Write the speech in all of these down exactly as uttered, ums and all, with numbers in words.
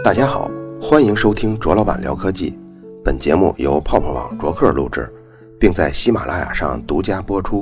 大家好，欢迎收听卓老板聊科技。本节目由泡泡网卓克录制，并在喜马拉雅上独家播出。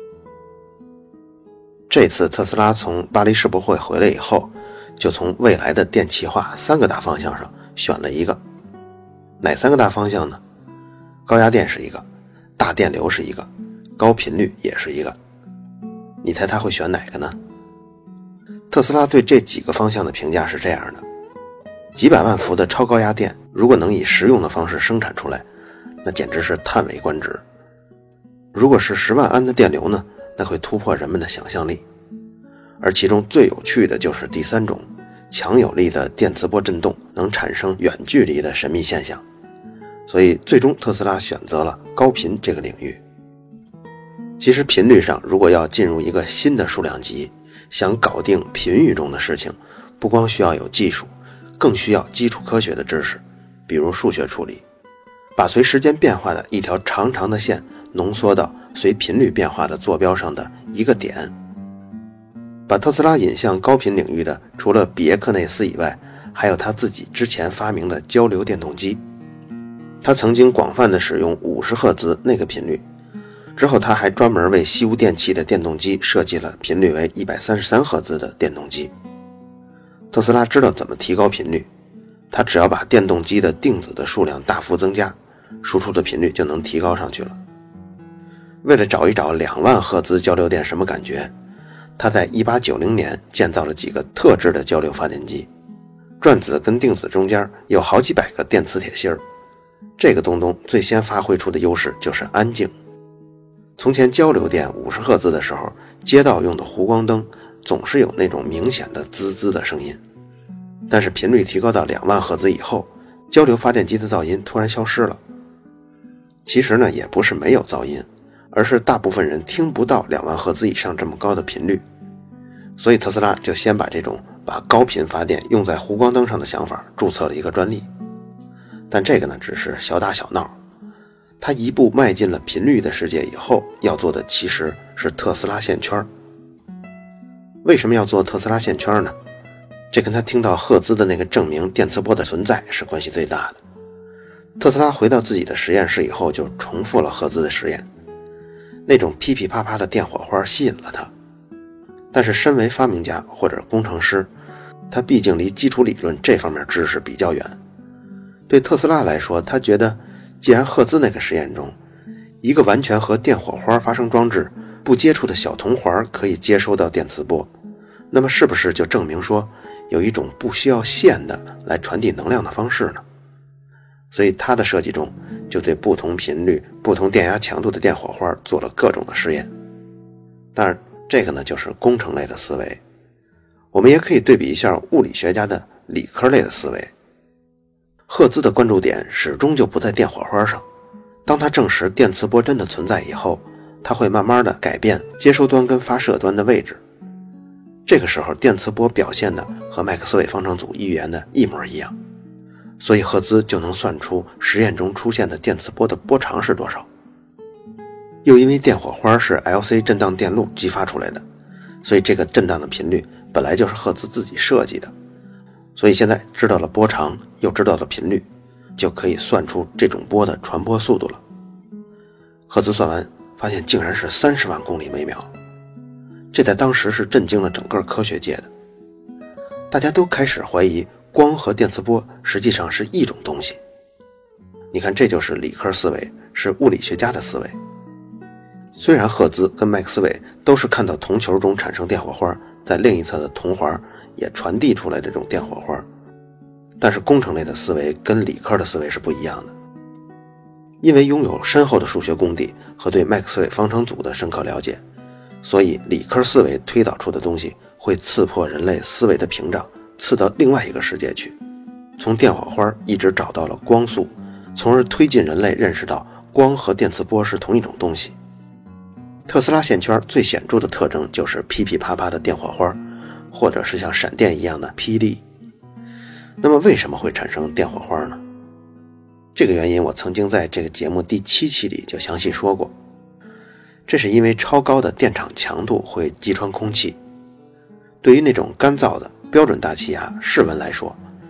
这次特斯拉从巴黎世博会回来以后，就从未来的电气化三个大方向上选了一个。哪三个大方向呢？高压电是一个，大电流是一个，高频率也是一个。你猜他会选哪个呢？特斯拉对这几个方向的评价是这样的：几百万伏的超高压电，如果能以实用的方式生产出来，那简直是叹为观止。如果是十万安的电流呢，那会突破人们的想象力。而其中最有趣的就是第三种，强有力的电磁波振动能产生远距离的神秘现象。所以最终特斯拉选择了高频这个领域。其实频率上，如果要进入一个新的数量级，想搞定频域中的事情，不光需要有技术，更需要基础科学的知识，比如数学处理，把随时间变化的一条长长的线浓缩到随频率变化的坐标上的一个点。把特斯拉引向高频领域的，除了比耶克内斯以外，还有他自己之前发明的交流电动机。他曾经广泛的使用五十赫兹那个频率，之后他还专门为西屋电器的电动机设计了频率为一百三十三赫兹的电动机。特斯拉知道怎么提高频率，他只要把电动机的定子的数量大幅增加，输出的频率就能提高上去了。为了找一找两万赫兹交流电什么感觉，他在一八九零年建造了几个特制的交流发电机，转子跟定子中间有好几百个电磁铁芯儿。这个东东最先发挥出的优势就是安静。从前交流电五十赫兹的时候，街道用的弧光灯总是有那种明显的滋滋的声音，但是频率提高到两万赫兹以后，交流发电机的噪音突然消失了。其实呢，也不是没有噪音，而是大部分人听不到两万赫兹以上这么高的频率。所以特斯拉就先把这种把高频发电用在弧光灯上的想法注册了一个专利。但这个呢，只是小打小闹。他一步迈进了频率的世界以后，要做的其实是特斯拉线圈。为什么要做特斯拉线圈呢？这跟他听到赫兹的那个证明电磁波的存在是关系最大的。特斯拉回到自己的实验室以后，就重复了赫兹的实验，那种噼噼啪啪的电火花吸引了他。但是身为发明家或者工程师，他毕竟离基础理论这方面知识比较远。对特斯拉来说，他觉得既然赫兹那个实验中，一个完全和电火花发生装置不接触的小铜环可以接收到电磁波，那么是不是就证明说有一种不需要线的来传递能量的方式呢？所以他的设计中就对不同频率、不同电压强度的电火花做了各种的实验。当然这个呢就是工程类的思维，我们也可以对比一下物理学家的理科类的思维。赫兹的关注点始终就不在电火花上，当他证实电磁波针的存在以后，他会慢慢的改变接收端跟发射端的位置。这个时候电磁波表现的和麦克斯韦方程组预言的一模一样，所以赫兹就能算出实验中出现的电磁波的波长是多少。又因为电火花是 L C 震荡电路激发出来的，所以这个震荡的频率本来就是赫兹自己设计的。所以现在知道了波长，又知道了频率，就可以算出这种波的传播速度了。赫兹算完发现竟然是三十万公里每秒，这在当时是震惊了整个科学界的。大家都开始怀疑光和电磁波实际上是一种东西。你看，这就是理科思维，是物理学家的思维。虽然赫兹跟麦克斯韦都是看到铜球中产生电火花，在另一侧的铜环也传递出来这种电火花，但是工程类的思维跟理科的思维是不一样的。因为拥有深厚的数学功底和对麦克斯韦方程组的深刻了解，所以理科思维推导出的东西会刺破人类思维的屏障，刺到另外一个世界去，从电火花一直找到了光速，从而推进人类认识到光和电磁波是同一种东西。特斯拉线圈最显著的特征就是噼噼啪啪的电火花，或者是像闪电一样的霹雳。那么为什么会产生电火花呢？这个原因我曾经在这个节目第七期里就详细说过。这是因为超高的电场强度会击穿空气。对于那种干燥的标准大气压室温来说，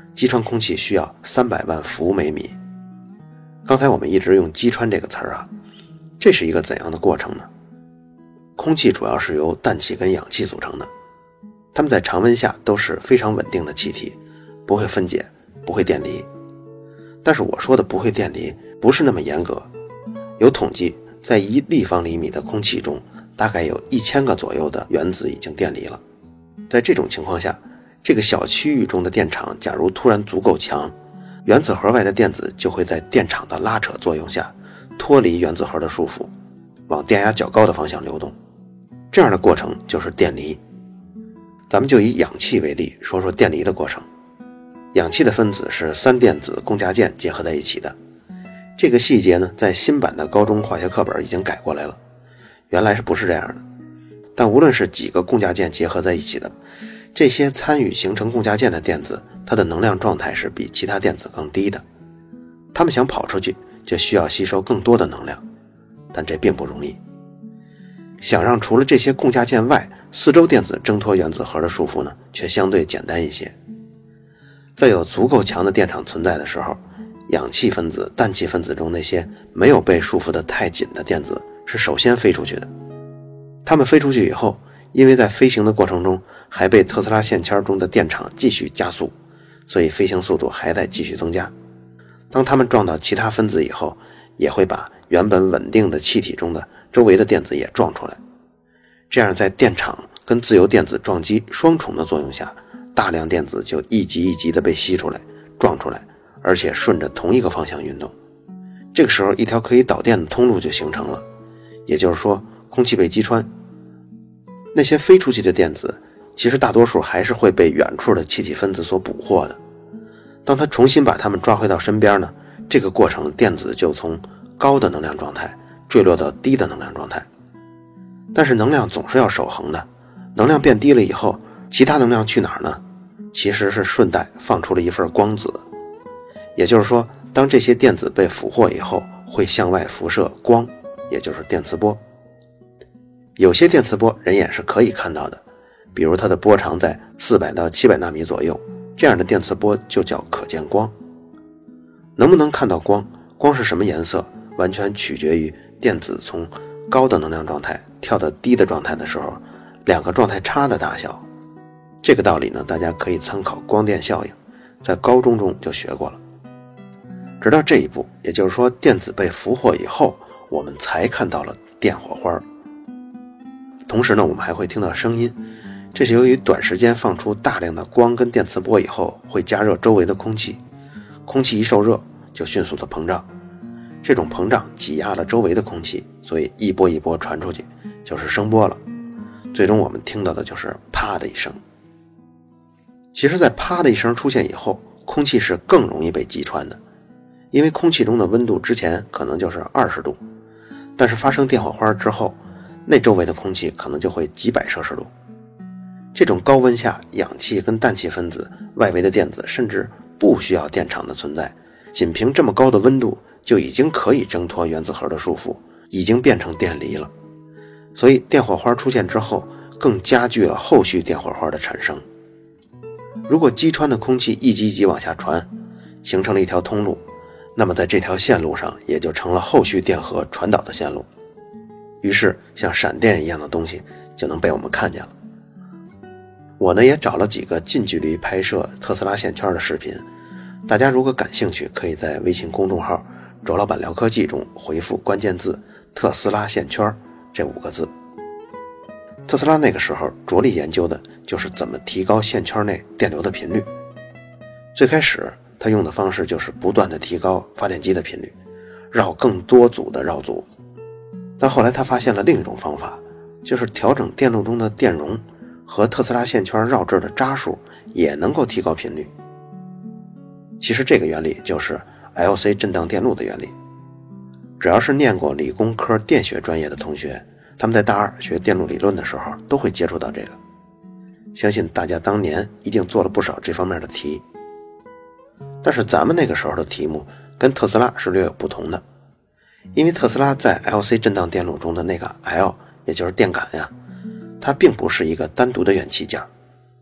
击穿空气需要三百万伏每米。刚才我们一直用击穿这个词儿啊，这是一个怎样的过程呢？空气主要是由氮气跟氧气组成的，它们在常温下都是非常稳定的气体，不会分解，不会电离。但是我说的不会电离不是那么严格，有统计在一立方厘米的空气中大概有一千个左右的原子已经电离了。在这种情况下，这个小区域中的电场假如突然足够强，原子核外的电子就会在电场的拉扯作用下脱离原子核的束缚，往电压较高的方向流动。这样的过程就是电离。咱们就以氧气为例，说说电离的过程。氧气的分子是三电子共价键结合在一起的，这个细节呢，在新版的高中化学课本已经改过来了，原来是不是这样的。但无论是几个共价键结合在一起的，这些参与形成共价键的电子，它的能量状态是比其他电子更低的，它们想跑出去就需要吸收更多的能量，但这并不容易。想让除了这些共价键外四周电子挣脱原子核的束缚呢，却相对简单一些。在有足够强的电场存在的时候，氧气分子、氮气分子中那些没有被束缚得太紧的电子是首先飞出去的。它们飞出去以后，因为在飞行的过程中还被特斯拉线圈中的电场继续加速，所以飞行速度还在继续增加。当它们撞到其他分子以后，也会把原本稳定的气体中的周围的电子也撞出来。这样在电场跟自由电子撞击双重的作用下，大量电子就一级一级的被吸出来撞出来，而且顺着同一个方向运动。这个时候一条可以导电的通路就形成了，也就是说空气被击穿，那些飞出去的电子其实大多数还是会被远处的气体分子所捕获的。当它重新把它们抓回到身边呢，这个过程电子就从高的能量状态坠落到低的能量状态。但是能量总是要守恒的，能量变低了以后，其他能量去哪儿呢？其实是顺带放出了一份光子。也就是说，当这些电子被俘获以后，会向外辐射光，也就是电磁波。有些电磁波人眼是可以看到的，比如它的波长在四百到七百纳米左右，这样的电磁波就叫可见光。能不能看到光，光是什么颜色，完全取决于电子从高的能量状态跳到低的状态的时候，两个状态差的大小。这个道理呢，大家可以参考光电效应，在高中中就学过了。直到这一步，也就是说电子被俘获以后，我们才看到了电火花。同时呢，我们还会听到声音，这是由于短时间放出大量的光跟电磁波以后，会加热周围的空气，空气一受热就迅速的膨胀，这种膨胀挤压了周围的空气，所以一波一波传出去，就是声波了。最终我们听到的就是啪的一声。其实在啪的一声出现以后，空气是更容易被击穿的，因为空气中的温度之前可能就是二十度，但是发生电火花之后，那周围的空气可能就会几百摄氏度。这种高温下，氧气跟氮气分子外围的电子甚至不需要电场的存在，仅凭这么高的温度就已经可以挣脱原子核的束缚，已经变成电离了。所以电火花出现之后，更加剧了后续电火花的产生。如果击穿的空气一级一级往下传，形成了一条通路，那么在这条线路上也就成了后续电荷传导的线路。于是像闪电一样的东西就能被我们看见了。我呢也找了几个近距离拍摄特斯拉线圈的视频，大家如果感兴趣，可以在微信公众号周老板聊科技中回复关键字特斯拉线圈这五个字。特斯拉那个时候着力研究的就是怎么提高线圈内电流的频率。最开始他用的方式就是不断的提高发电机的频率，绕更多组的绕组。但后来他发现了另一种方法，就是调整电路中的电容和特斯拉线圈绕这儿的渣数也能够提高频率。其实这个原理就是 L C 震荡电路的原理。只要是念过理工科电学专业的同学，他们在大二学电路理论的时候都会接触到这个。相信大家当年一定做了不少这方面的题。但是咱们那个时候的题目跟特斯拉是略有不同的，因为特斯拉在 L C 震荡电路中的那个 L， 也就是电感呀，它并不是一个单独的元器件，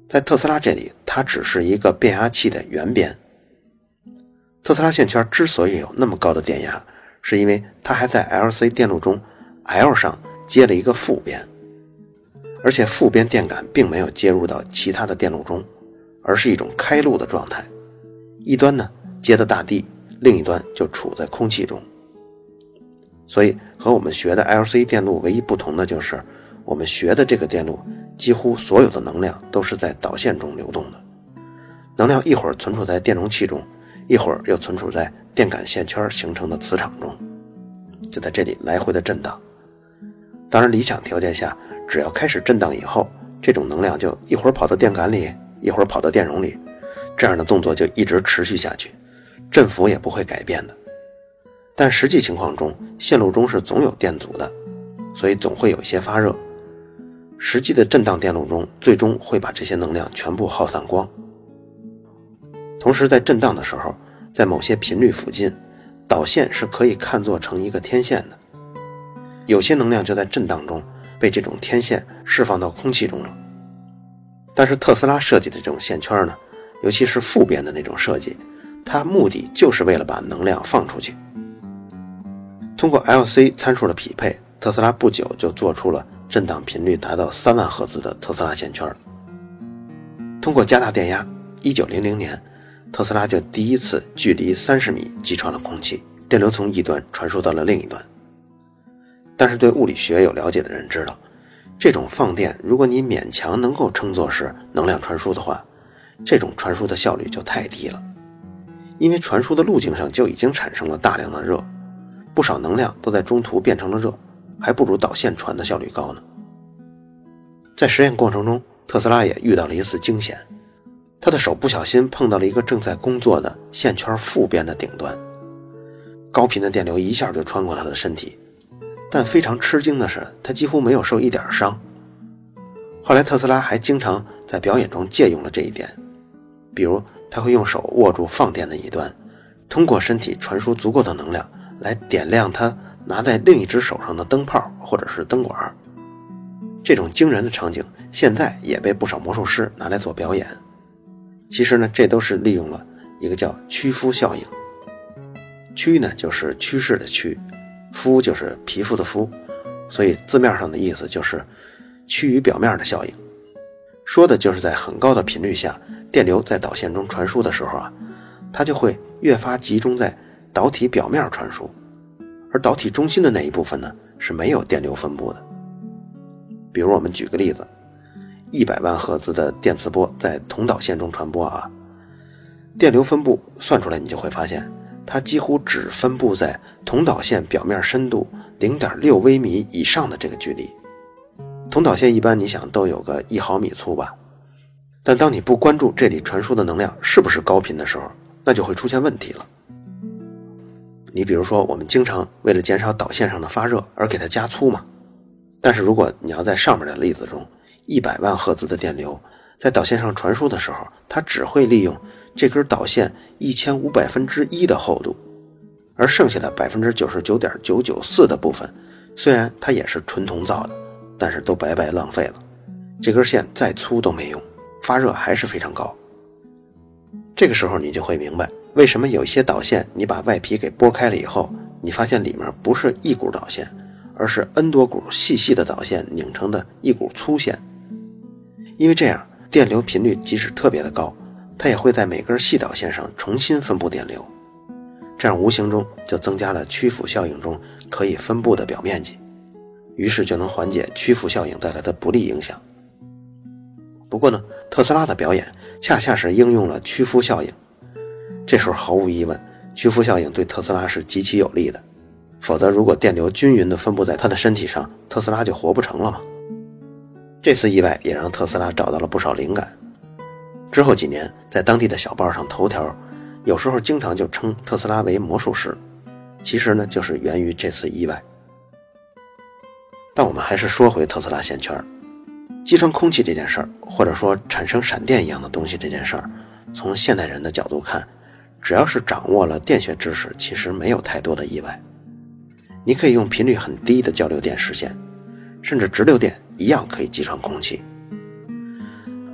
在特斯拉这里，它只是一个变压器的原边。特斯拉线圈之所以有那么高的电压，是因为它还在 L C 电路中 L 上接了一个负边，而且负边电感并没有接入到其他的电路中，而是一种开路的状态，一端呢接的大地，另一端就处在空气中。所以和我们学的 L C 电路唯一不同的就是，我们学的这个电路几乎所有的能量都是在导线中流动的，能量一会儿存储在电容器中，一会儿又存储在电感线圈形成的磁场中，就在这里来回的震荡。当然理想条件下，只要开始震荡以后，这种能量就一会儿跑到电感里，一会儿跑到电容里，这样的动作就一直持续下去，振幅也不会改变的。但实际情况中，线路中是总有电阻的，所以总会有一些发热。实际的震荡电路中，最终会把这些能量全部耗散光。同时在震荡的时候，在某些频率附近，导线是可以看作成一个天线的，有些能量就在震荡中被这种天线释放到空气中了。但是特斯拉设计的这种线圈呢，尤其是负边的那种设计，它目的就是为了把能量放出去。通过 L C 参数的匹配，特斯拉不久就做出了震荡频率达到三万赫兹的特斯拉线圈。通过加大电压，一九零零年特斯拉就第一次距离三十米击穿了空气，电流从一端传输到了另一端。但是对物理学有了解的人知道，这种放电如果你勉强能够称作是能量传输的话，这种传输的效率就太低了，因为传输的路径上就已经产生了大量的热，不少能量都在中途变成了热，还不如导线传的效率高呢。在实验过程中，特斯拉也遇到了一次惊险，他的手不小心碰到了一个正在工作的线圈负边的顶端，高频的电流一下就穿过他的身体，但非常吃惊的是，他几乎没有受一点伤。后来特斯拉还经常在表演中借用了这一点，比如他会用手握住放电的一端，通过身体传输足够的能量来点亮他拿在另一只手上的灯泡或者是灯管。这种惊人的场景现在也被不少魔术师拿来做表演。其实呢，这都是利用了一个叫屈肤效应。屈呢就是趋势的趋，肤就是皮肤的肤，所以字面上的意思就是趋于表面的效应。说的就是在很高的频率下，电流在导线中传输的时候啊，它就会越发集中在导体表面传输，而导体中心的那一部分呢是没有电流分布的。比如我们举个例子，一百万赫兹的电磁波在铜导线中传播啊，电流分布算出来你就会发现，它几乎只分布在铜导线表面深度 零点六微米以上的这个距离。铜导线一般你想都有个一毫米粗吧，但当你不关注这里传输的能量是不是高频的时候，那就会出现问题了。你比如说，我们经常为了减少导线上的发热而给它加粗嘛，但是如果你要在上面的例子中，一百万赫兹的电流在导线上传输的时候，它只会利用这根导线一千五百分之一的厚度，而剩下的 百分之九十九点九九四 的部分，虽然它也是纯铜造的，但是都白白浪费了。这根线再粗都没用，发热还是非常高。这个时候你就会明白，为什么有些导线你把外皮给剥开了以后，你发现里面不是一股导线，而是 N 多股细细的导线拧成的一股粗线。因为这样电流频率即使特别的高，它也会在每根细导线上重新分布电流，这样无形中就增加了屈肤效应中可以分布的表面积，于是就能缓解屈肤效应带来的不利影响。不过呢，特斯拉的表演恰恰是应用了屈肤效应，这时候毫无疑问，屈肤效应对特斯拉是极其有利的，否则如果电流均匀地分布在他的身体上，特斯拉就活不成了嘛。这次意外也让特斯拉找到了不少灵感，之后几年在当地的小报上头条，有时候经常就称特斯拉为魔术师，其实呢就是源于这次意外。但我们还是说回特斯拉线圈，击穿空气这件事儿，或者说产生闪电一样的东西这件事儿，从现代人的角度看，只要是掌握了电学知识，其实没有太多的意外。你可以用频率很低的交流电实现，甚至直流电一样可以击穿空气。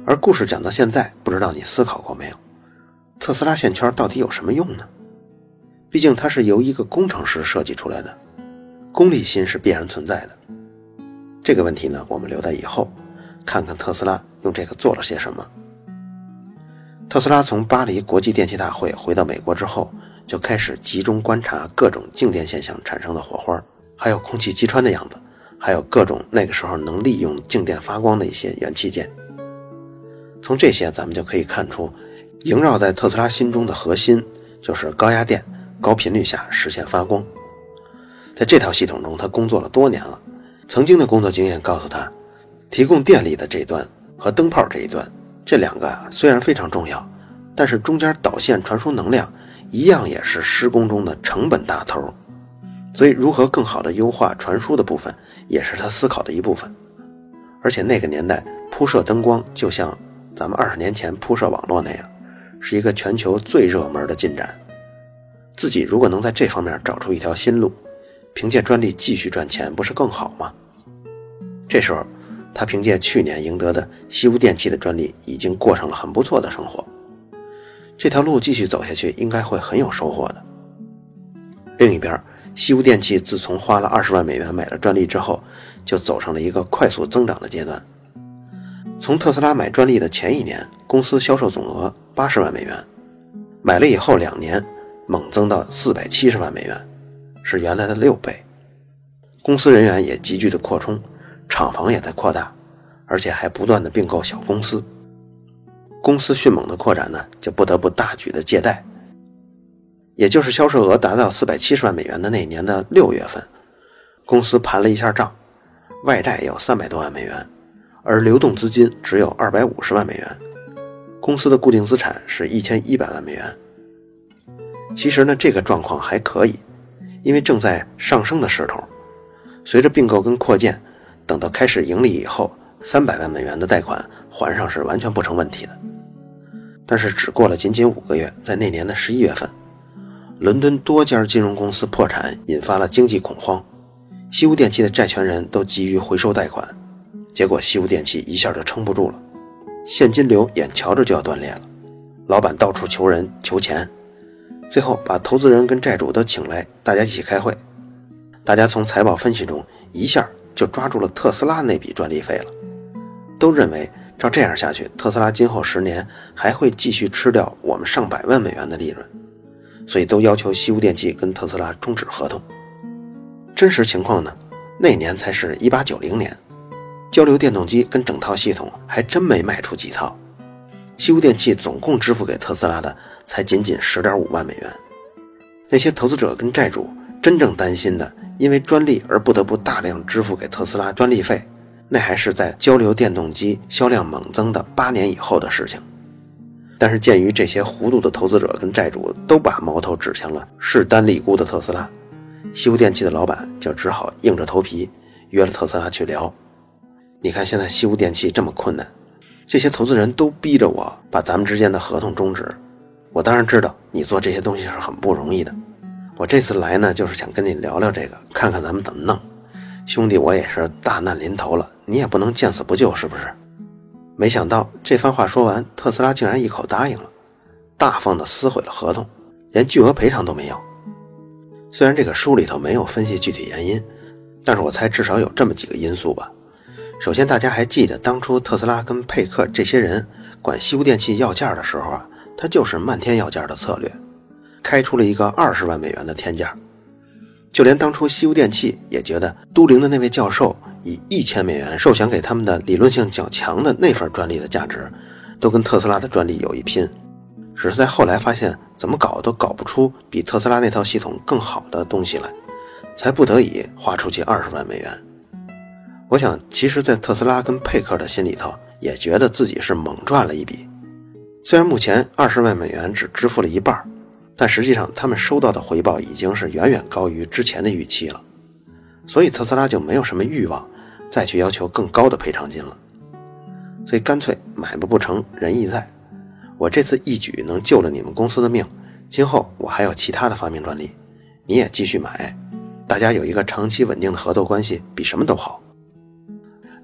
而故事讲到现在，不知道你思考过没有，特斯拉线圈到底有什么用呢？毕竟它是由一个工程师设计出来的，功利心是必然存在的。这个问题呢，我们留在以后看看特斯拉用这个做了些什么。特斯拉从巴黎国际电气大会回到美国之后，就开始集中观察各种静电现象产生的火花，还有空气击穿的样子，还有各种那个时候能利用静电发光的一些元器件。从这些咱们就可以看出，萦绕在特斯拉心中的核心就是高压电、高频率下实现发光。在这套系统中他工作了多年了，曾经的工作经验告诉他，提供电力的这一端和灯泡这一端，这两个啊虽然非常重要，但是中间导线传输能量一样也是施工中的成本大头，所以如何更好的优化传输的部分也是他思考的一部分。而且那个年代铺设灯光就像咱们二十年前铺设网络那样，是一个全球最热门的进展。自己如果能在这方面找出一条新路，凭借专利继续赚钱不是更好吗？这时候他凭借去年赢得的西屋电器的专利已经过上了很不错的生活，这条路继续走下去应该会很有收获的。另一边，西屋电器自从花了二十万美元买了专利之后，就走上了一个快速增长的阶段。从特斯拉买专利的前一年，公司销售总额八十万美元，买了以后两年猛增到四百七十万美元，是原来的六倍。公司人员也急剧的扩充，厂房也在扩大，而且还不断的并购小公司。公司迅猛的扩展呢，就不得不大举的借贷。也就是销售额达到四百七十万美元的那年的六月份，公司盘了一下账，外债有三百多万美元，而流动资金只有二百五十万美元，公司的固定资产是一千一百万美元。其实呢，这个状况还可以，因为正在上升的势头，随着并购跟扩建，等到开始盈利以后，三百万美元的贷款还上是完全不成问题的。但是只过了仅仅五个月，在那年的十一月份，伦敦多家金融公司破产，引发了经济恐慌，西屋电器的债权人都急于回收贷款，结果西屋电器一下就撑不住了，现金流眼瞧着就要断裂了，老板到处求人求钱，最后把投资人跟债主都请来，大家一起开会。大家从财报分析中一下就抓住了特斯拉那笔专利费了，都认为照这样下去，特斯拉今后十年还会继续吃掉我们上百万美元的利润，所以都要求西屋电器跟特斯拉终止合同。真实情况呢，那年才是一八九零年，交流电动机跟整套系统还真没卖出几套，西屋电器总共支付给特斯拉的才仅仅 十点五万美元。那些投资者跟债主真正担心的，因为专利而不得不大量支付给特斯拉专利费，那还是在交流电动机销量猛增的八年以后的事情。但是鉴于这些糊涂的投资者跟债主都把矛头指向了势单力孤的特斯拉，西屋电器的老板就只好硬着头皮约了特斯拉去聊。你看现在西屋电器这么困难，这些投资人都逼着我把咱们之间的合同终止，我当然知道你做这些东西是很不容易的，我这次来呢就是想跟你聊聊这个，看看咱们怎么弄。兄弟，我也是大难临头了，你也不能见死不救是不是？没想到这番话说完，特斯拉竟然一口答应了，大方的撕毁了合同，连巨额赔偿都没要。虽然这个书里头没有分析具体原因，但是我猜至少有这么几个因素吧。首先，大家还记得当初特斯拉跟佩克这些人管西屋电器要价的时候啊，他就是漫天要价的策略，开出了一个二十万美元的天价。就连当初西屋电器也觉得都灵的那位教授以一千美元授权给他们的理论性较强的那份专利的价值，都跟特斯拉的专利有一拼。只是在后来发现怎么搞都搞不出比特斯拉那套系统更好的东西来，才不得已花出去二十万美元。我想其实在特斯拉跟佩克的心里头也觉得自己是猛赚了一笔，虽然目前二十万美元只支付了一半，但实际上他们收到的回报已经是远远高于之前的预期了，所以特斯拉就没有什么欲望再去要求更高的赔偿金了。所以干脆买卖不成仁义在，我这次一举能救了你们公司的命，今后我还有其他的发明专利，你也继续买，大家有一个长期稳定的合作关系比什么都好。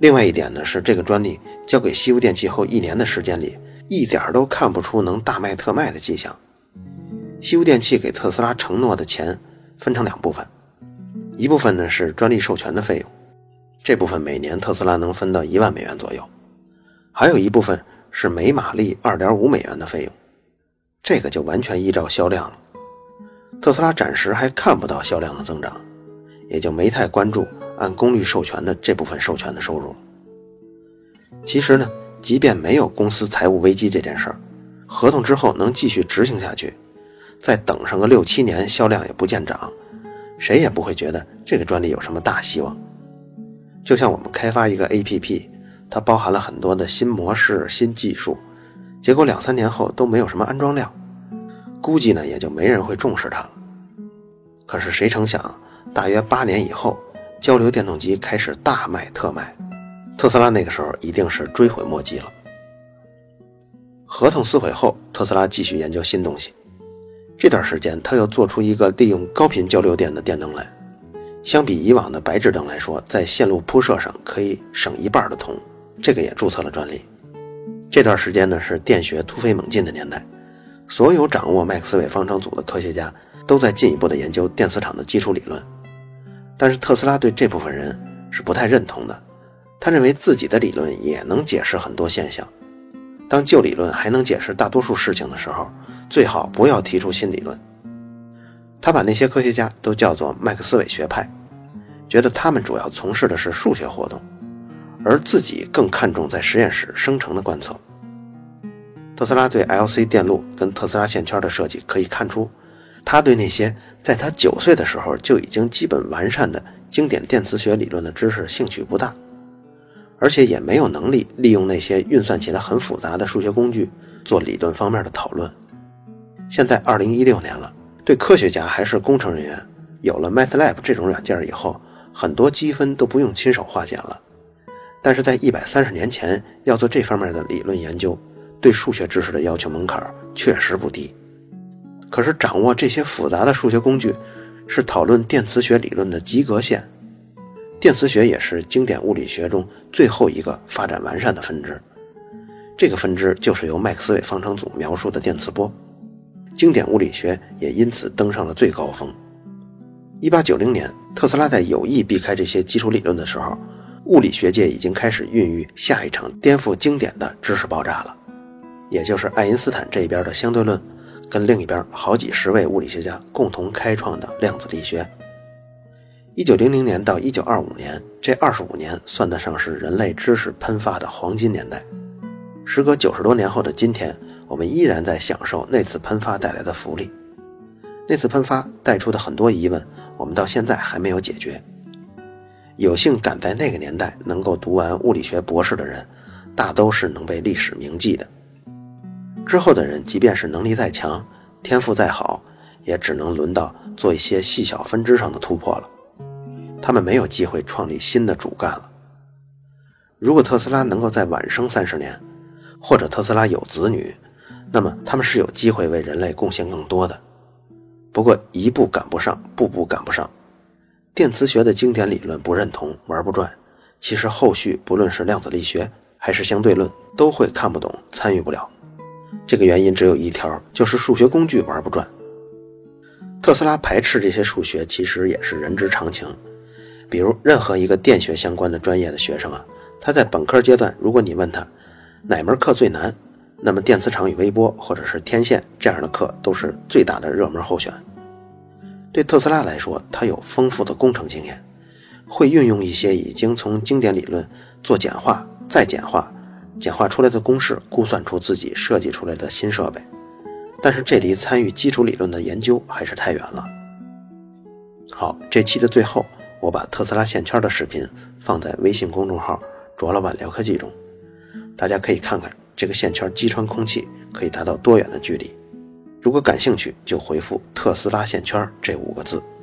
另外一点呢，是这个专利交给西屋电器后一年的时间里，一点都看不出能大卖特卖的迹象。西屋电器给特斯拉承诺的钱分成两部分，一部分呢是专利授权的费用，这部分每年特斯拉能分到一万美元左右，还有一部分是每马力 二点五美元的费用，这个就完全依照销量了。特斯拉暂时还看不到销量的增长，也就没太关注按功率授权的这部分授权的收入了。其实呢，即便没有公司财务危机这件事儿，合同之后能继续执行下去，再等上个六七年销量也不见涨，谁也不会觉得这个专利有什么大希望。就像我们开发一个 A P P， 它包含了很多的新模式、新技术，结果两三年后都没有什么安装量，估计呢也就没人会重视它了。可是谁成想，大约八年以后，交流电动机开始大卖特卖，特斯拉那个时候一定是追悔莫及了。合同撕毁后，特斯拉继续研究新东西。这段时间他又做出一个利用高频交流电的电灯来，相比以往的白炽灯来说，在线路铺设上可以省一半的铜，这个也注册了专利。这段时间呢是电学突飞猛进的年代，所有掌握麦克斯韦方程组的科学家都在进一步的研究电磁场的基础理论。但是特斯拉对这部分人是不太认同的，他认为自己的理论也能解释很多现象。当旧理论还能解释大多数事情的时候，最好不要提出新理论。他把那些科学家都叫做麦克斯韦学派，觉得他们主要从事的是数学活动，而自己更看重在实验室生成的观测。特斯拉对 L C 电路跟特斯拉线圈的设计可以看出，他对那些在他九岁的时候就已经基本完善的经典电磁学理论的知识兴趣不大，而且也没有能力利用那些运算起来很复杂的数学工具做理论方面的讨论。现在二零一六年了，对科学家还是工程人员，有了 MATLAB 这种软件以后，很多积分都不用亲手化简了。但是在一百三十年前要做这方面的理论研究，对数学知识的要求门槛确实不低。可是掌握这些复杂的数学工具是讨论电磁学理论的及格线，电磁学也是经典物理学中最后一个发展完善的分支，这个分支就是由麦克斯韦方程组描述的电磁波，经典物理学也因此登上了最高峰。一八九零年，特斯拉在有意避开这些基础理论的时候，物理学界已经开始孕育下一场颠覆经典的知识爆炸了，也就是爱因斯坦这边的相对论跟另一边好几十位物理学家共同开创的量子力学。一九零零年到一九二五年，这二十五年算得上是人类知识喷发的黄金年代。时隔九十多年后的今天，我们依然在享受那次喷发带来的福利。那次喷发带出的很多疑问，我们到现在还没有解决。有幸赶在那个年代能够读完物理学博士的人，大都是能被历史铭记的。之后的人即便是能力再强，天赋再好，也只能轮到做一些细小分支上的突破了，他们没有机会创立新的主干了。如果特斯拉能够再晚生三十年，或者特斯拉有子女，那么他们是有机会为人类贡献更多的。不过一步赶不上，步步赶不上。电磁学的经典理论不认同，玩不转，其实后续不论是量子力学还是相对论都会看不懂，参与不了。这个原因只有一条，就是数学工具玩不转。特斯拉排斥这些数学其实也是人之常情。比如任何一个电学相关的专业的学生啊，他在本科阶段，如果你问他哪门课最难，那么电磁场与微波或者是天线这样的课都是最大的热门候选。对特斯拉来说，他有丰富的工程经验，会运用一些已经从经典理论做简化再简化，简化出来的公式估算出自己设计出来的新设备，但是这离参与基础理论的研究还是太远了。好，这期的最后，我把特斯拉线圈的视频放在微信公众号卓老板聊科技中，大家可以看看这个线圈击穿空气可以达到多远的距离。如果感兴趣，就回复特斯拉线圈这五个字。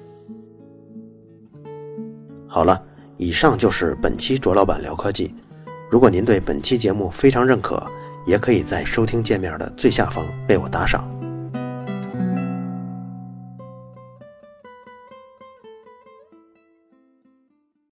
好了，以上就是本期卓老板聊科技。如果您对本期节目非常认可，也可以在收听界面的最下方为我打赏。